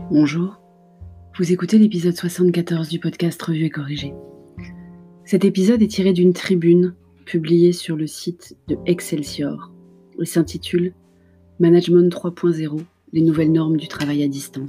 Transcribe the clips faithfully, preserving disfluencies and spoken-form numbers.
Bonjour, vous écoutez l'épisode soixante-quatorze du podcast Revue et Corrigé. Cet épisode est tiré d'une tribune publiée sur le site de Excelsior et s'intitule « Management trois point zéro, les nouvelles normes du travail à distance ».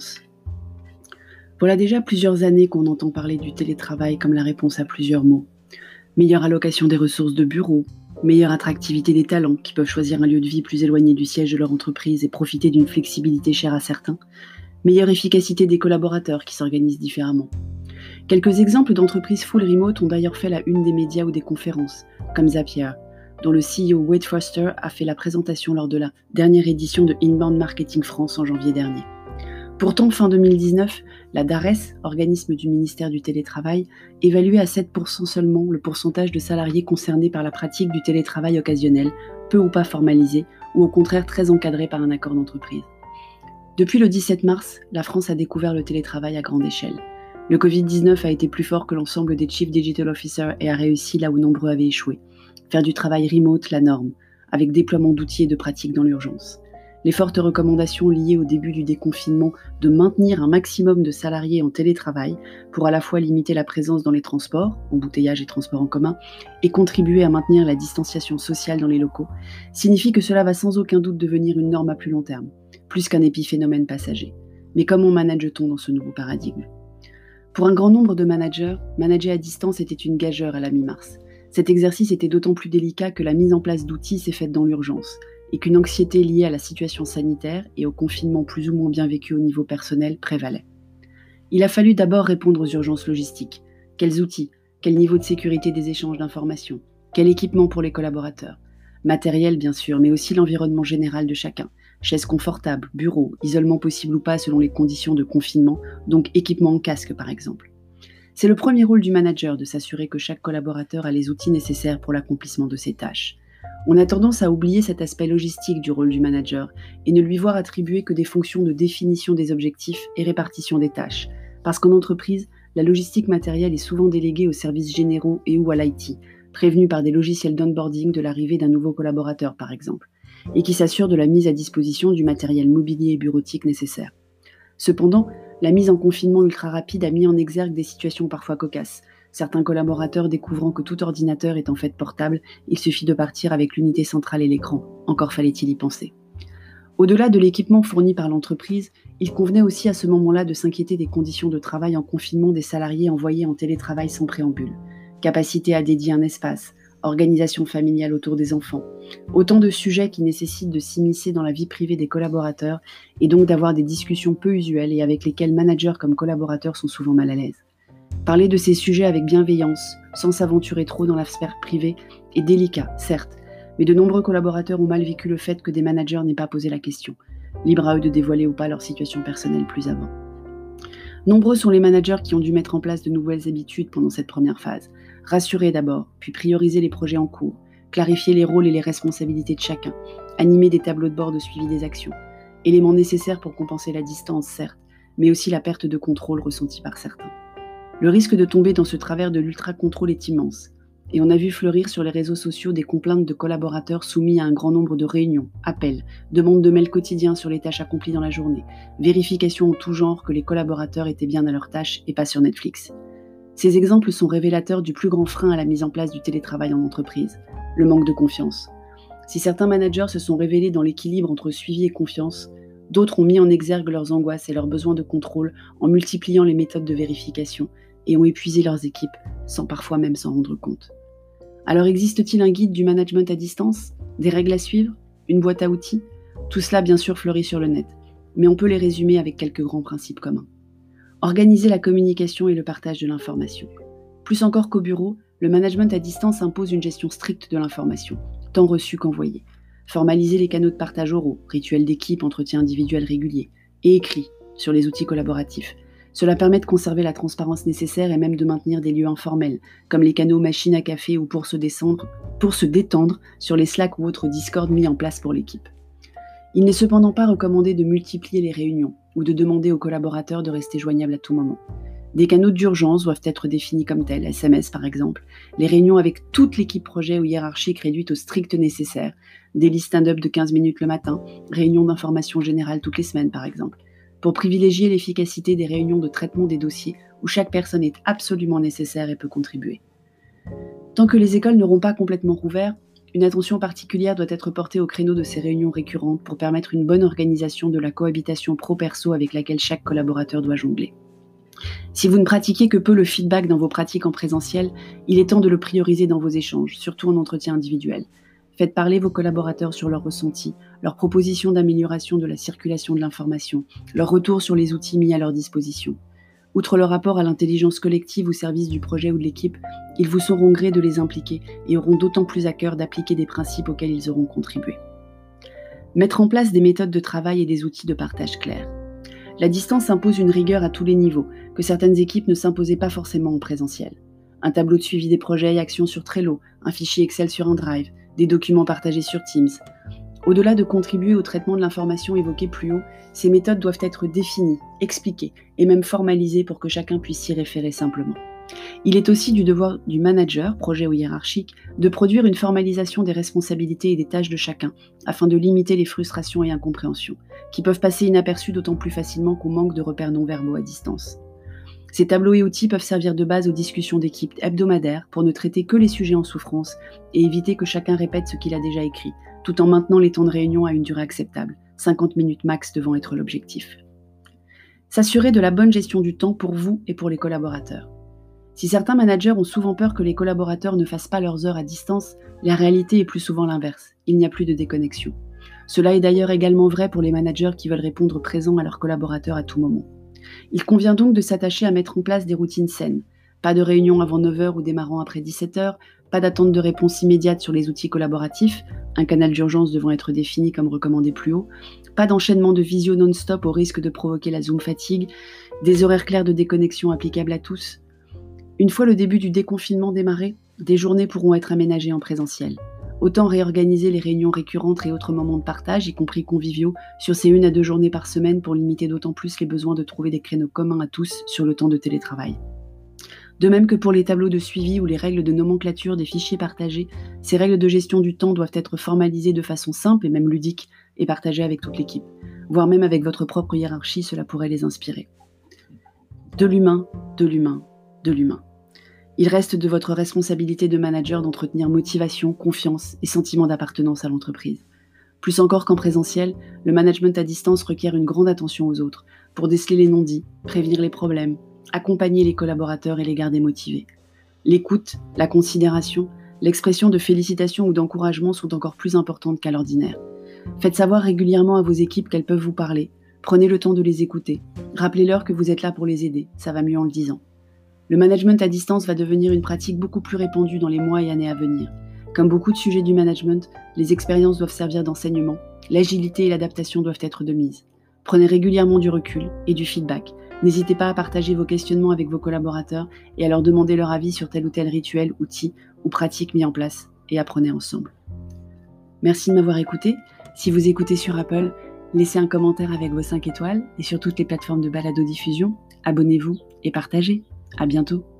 Voilà déjà plusieurs années qu'on entend parler du télétravail comme la réponse à plusieurs mots. Meilleure allocation des ressources de bureau, meilleure attractivité des talents qui peuvent choisir un lieu de vie plus éloigné du siège de leur entreprise et profiter d'une flexibilité chère à certains, meilleure efficacité des collaborateurs qui s'organisent différemment. Quelques exemples d'entreprises full remote ont d'ailleurs fait la une des médias ou des conférences, comme Zapier, dont le C E O Wade Foster a fait la présentation lors de la dernière édition de Inbound Marketing France en janvier dernier. Pourtant, fin deux mille dix-neuf, la DARES, organisme du ministère du Télétravail, évaluait à sept pour cent seulement le pourcentage de salariés concernés par la pratique du télétravail occasionnel, peu ou pas formalisé, ou au contraire très encadré par un accord d'entreprise. Depuis le dix-sept mars, la France a découvert le télétravail à grande échelle. Le covid dix-neuf a été plus fort que l'ensemble des Chief Digital Officers et a réussi là où nombreux avaient échoué. Faire du travail remote la norme, avec déploiement d'outils et de pratiques dans l'urgence. Les fortes recommandations liées au début du déconfinement de maintenir un maximum de salariés en télétravail pour à la fois limiter la présence dans les transports, embouteillages et transports en commun, et contribuer à maintenir la distanciation sociale dans les locaux, signifie que cela va sans aucun doute devenir une norme à plus long terme, plus qu'un épiphénomène passager. Mais comment manage-t-on dans ce nouveau paradigme ? Pour un grand nombre de managers, manager à distance était une gageure à la mi-mars. Cet exercice était d'autant plus délicat que la mise en place d'outils s'est faite dans l'urgence, et qu'une anxiété liée à la situation sanitaire et au confinement plus ou moins bien vécu au niveau personnel prévalait. Il a fallu d'abord répondre aux urgences logistiques. Quels outils ? Quel niveau de sécurité des échanges d'informations ? Quel équipement pour les collaborateurs ? Matériel bien sûr, mais aussi l'environnement général de chacun. Chaises confortables, bureaux, isolement possible ou pas selon les conditions de confinement, donc équipement en casque par exemple. C'est le premier rôle du manager de s'assurer que chaque collaborateur a les outils nécessaires pour l'accomplissement de ses tâches. On a tendance à oublier cet aspect logistique du rôle du manager et ne lui voir attribuer que des fonctions de définition des objectifs et répartition des tâches, parce qu'en entreprise, la logistique matérielle est souvent déléguée aux services généraux et ou à l'I T, prévenue par des logiciels d'onboarding de l'arrivée d'un nouveau collaborateur par exemple, et qui s'assure de la mise à disposition du matériel mobilier et bureautique nécessaire. Cependant, la mise en confinement ultra rapide a mis en exergue des situations parfois cocasses. Certains collaborateurs découvrant que tout ordinateur est en fait portable, il suffit de partir avec l'unité centrale et l'écran. Encore fallait-il y penser. Au-delà de l'équipement fourni par l'entreprise, il convenait aussi à ce moment-là de s'inquiéter des conditions de travail en confinement des salariés envoyés en télétravail sans préambule. Capacité à dédier un espace, organisation familiale autour des enfants. Autant de sujets qui nécessitent de s'immiscer dans la vie privée des collaborateurs et donc d'avoir des discussions peu usuelles et avec lesquelles managers comme collaborateurs sont souvent mal à l'aise. Parler de ces sujets avec bienveillance, sans s'aventurer trop dans la sphère privée, est délicat, certes, mais de nombreux collaborateurs ont mal vécu le fait que des managers n'aient pas posé la question. Libre à eux de dévoiler ou pas leur situation personnelle plus avant. Nombreux sont les managers qui ont dû mettre en place de nouvelles habitudes pendant cette première phase. Rassurer d'abord, puis prioriser les projets en cours, clarifier les rôles et les responsabilités de chacun, animer des tableaux de bord de suivi des actions. Éléments nécessaires pour compenser la distance, certes, mais aussi la perte de contrôle ressentie par certains. Le risque de tomber dans ce travers de l'ultra-contrôle est immense, et on a vu fleurir sur les réseaux sociaux des complaintes de collaborateurs soumis à un grand nombre de réunions, appels, demandes de mails quotidiens sur les tâches accomplies dans la journée, vérifications en tout genre que les collaborateurs étaient bien à leurs tâches et pas sur Netflix. Ces exemples sont révélateurs du plus grand frein à la mise en place du télétravail en entreprise, le manque de confiance. Si certains managers se sont révélés dans l'équilibre entre suivi et confiance, d'autres ont mis en exergue leurs angoisses et leurs besoins de contrôle en multipliant les méthodes de vérification et ont épuisé leurs équipes, sans parfois même s'en rendre compte. Alors existe-t-il un guide du management à distance ? Des règles à suivre ? Une boîte à outils ? Tout cela bien sûr fleurit sur le net, mais on peut les résumer avec quelques grands principes communs. Organiser la communication et le partage de l'information. Plus encore qu'au bureau, le management à distance impose une gestion stricte de l'information, tant reçue qu'envoyée. Formaliser les canaux de partage oraux, rituels d'équipe, entretiens individuels réguliers, et écrits, sur les outils collaboratifs. Cela permet de conserver la transparence nécessaire et même de maintenir des lieux informels, comme les canaux machine à café ou pour se descendre, pour se détendre sur les Slack ou autres Discord mis en place pour l'équipe. Il n'est cependant pas recommandé de multiplier les réunions ou de demander aux collaborateurs de rester joignables à tout moment. Des canaux d'urgence doivent être définis comme tels, S M S par exemple, les réunions avec toute l'équipe projet ou hiérarchique réduite au strict nécessaire, des listes stand-up de quinze minutes le matin, réunions d'information générale toutes les semaines par exemple. pour privilégier l'efficacité des réunions de traitement des dossiers où chaque personne est absolument nécessaire et peut contribuer. Tant que les écoles n'auront pas complètement rouvert, une attention particulière doit être portée au créneau de ces réunions récurrentes pour permettre une bonne organisation de la cohabitation pro-perso avec laquelle chaque collaborateur doit jongler. Si vous ne pratiquez que peu le feedback dans vos pratiques en présentiel, il est temps de le prioriser dans vos échanges, surtout en entretien individuel. Faites parler vos collaborateurs sur leurs ressentis, leurs propositions d'amélioration de la circulation de l'information, leurs retours sur les outils mis à leur disposition. Outre leur rapport à l'intelligence collective au service du projet ou de l'équipe, ils vous sauront gré de les impliquer et auront d'autant plus à cœur d'appliquer des principes auxquels ils auront contribué. Mettre en place des méthodes de travail et des outils de partage clairs. La distance impose une rigueur à tous les niveaux, que certaines équipes ne s'imposaient pas forcément en présentiel. Un tableau de suivi des projets et actions sur Trello, un fichier Excel sur un Drive, des documents partagés sur Teams. Au-delà de contribuer au traitement de l'information évoquée plus haut, ces méthodes doivent être définies, expliquées et même formalisées pour que chacun puisse s'y référer simplement. Il est aussi du devoir du manager, projet ou hiérarchique, de produire une formalisation des responsabilités et des tâches de chacun, afin de limiter les frustrations et incompréhensions, qui peuvent passer inaperçues d'autant plus facilement qu'on manque de repères non-verbaux à distance. Ces tableaux et outils peuvent servir de base aux discussions d'équipe hebdomadaires pour ne traiter que les sujets en souffrance et éviter que chacun répète ce qu'il a déjà écrit, tout en maintenant les temps de réunion à une durée acceptable, cinquante minutes max devant être l'objectif. S'assurer de la bonne gestion du temps pour vous et pour les collaborateurs. Si certains managers ont souvent peur que les collaborateurs ne fassent pas leurs heures à distance, la réalité est plus souvent l'inverse. Il n'y a plus de déconnexion. Cela est d'ailleurs également vrai pour les managers qui veulent répondre présents à leurs collaborateurs à tout moment. Il convient donc de s'attacher à mettre en place des routines saines. Pas de réunion avant neuf heures ou démarrant après dix-sept heures, pas d'attente de réponse immédiate sur les outils collaboratifs, un canal d'urgence devant être défini comme recommandé plus haut, pas d'enchaînement de visio non-stop au risque de provoquer la Zoom fatigue, des horaires clairs de déconnexion applicables à tous. Une fois le début du déconfinement démarré, des journées pourront être aménagées en présentiel. Autant réorganiser les réunions récurrentes et autres moments de partage, y compris conviviaux, sur ces une à deux journées par semaine pour limiter d'autant plus les besoins de trouver des créneaux communs à tous sur le temps de télétravail. De même que pour les tableaux de suivi ou les règles de nomenclature des fichiers partagés, ces règles de gestion du temps doivent être formalisées de façon simple et même ludique et partagées avec toute l'équipe. Voire même avec votre propre hiérarchie, cela pourrait les inspirer. De l'humain, de l'humain, de l'humain. Il reste de votre responsabilité de manager d'entretenir motivation, confiance et sentiment d'appartenance à l'entreprise. Plus encore qu'en présentiel, le management à distance requiert une grande attention aux autres pour déceler les non-dits, prévenir les problèmes, accompagner les collaborateurs et les garder motivés. L'écoute, la considération, l'expression de félicitations ou d'encouragement sont encore plus importantes qu'à l'ordinaire. Faites savoir régulièrement à vos équipes qu'elles peuvent vous parler. Prenez le temps de les écouter. Rappelez-leur que vous êtes là pour les aider. Ça va mieux en le disant. Le management à distance va devenir une pratique beaucoup plus répandue dans les mois et années à venir. Comme beaucoup de sujets du management, les expériences doivent servir d'enseignement, l'agilité et l'adaptation doivent être de mise. Prenez régulièrement du recul et du feedback. N'hésitez pas à partager vos questionnements avec vos collaborateurs et à leur demander leur avis sur tel ou tel rituel, outil ou pratique mis en place et apprenez ensemble. Merci de m'avoir écouté. Si vous écoutez sur Apple, laissez un commentaire avec vos cinq étoiles et sur toutes les plateformes de balado-diffusion, abonnez-vous et partagez. À bientôt.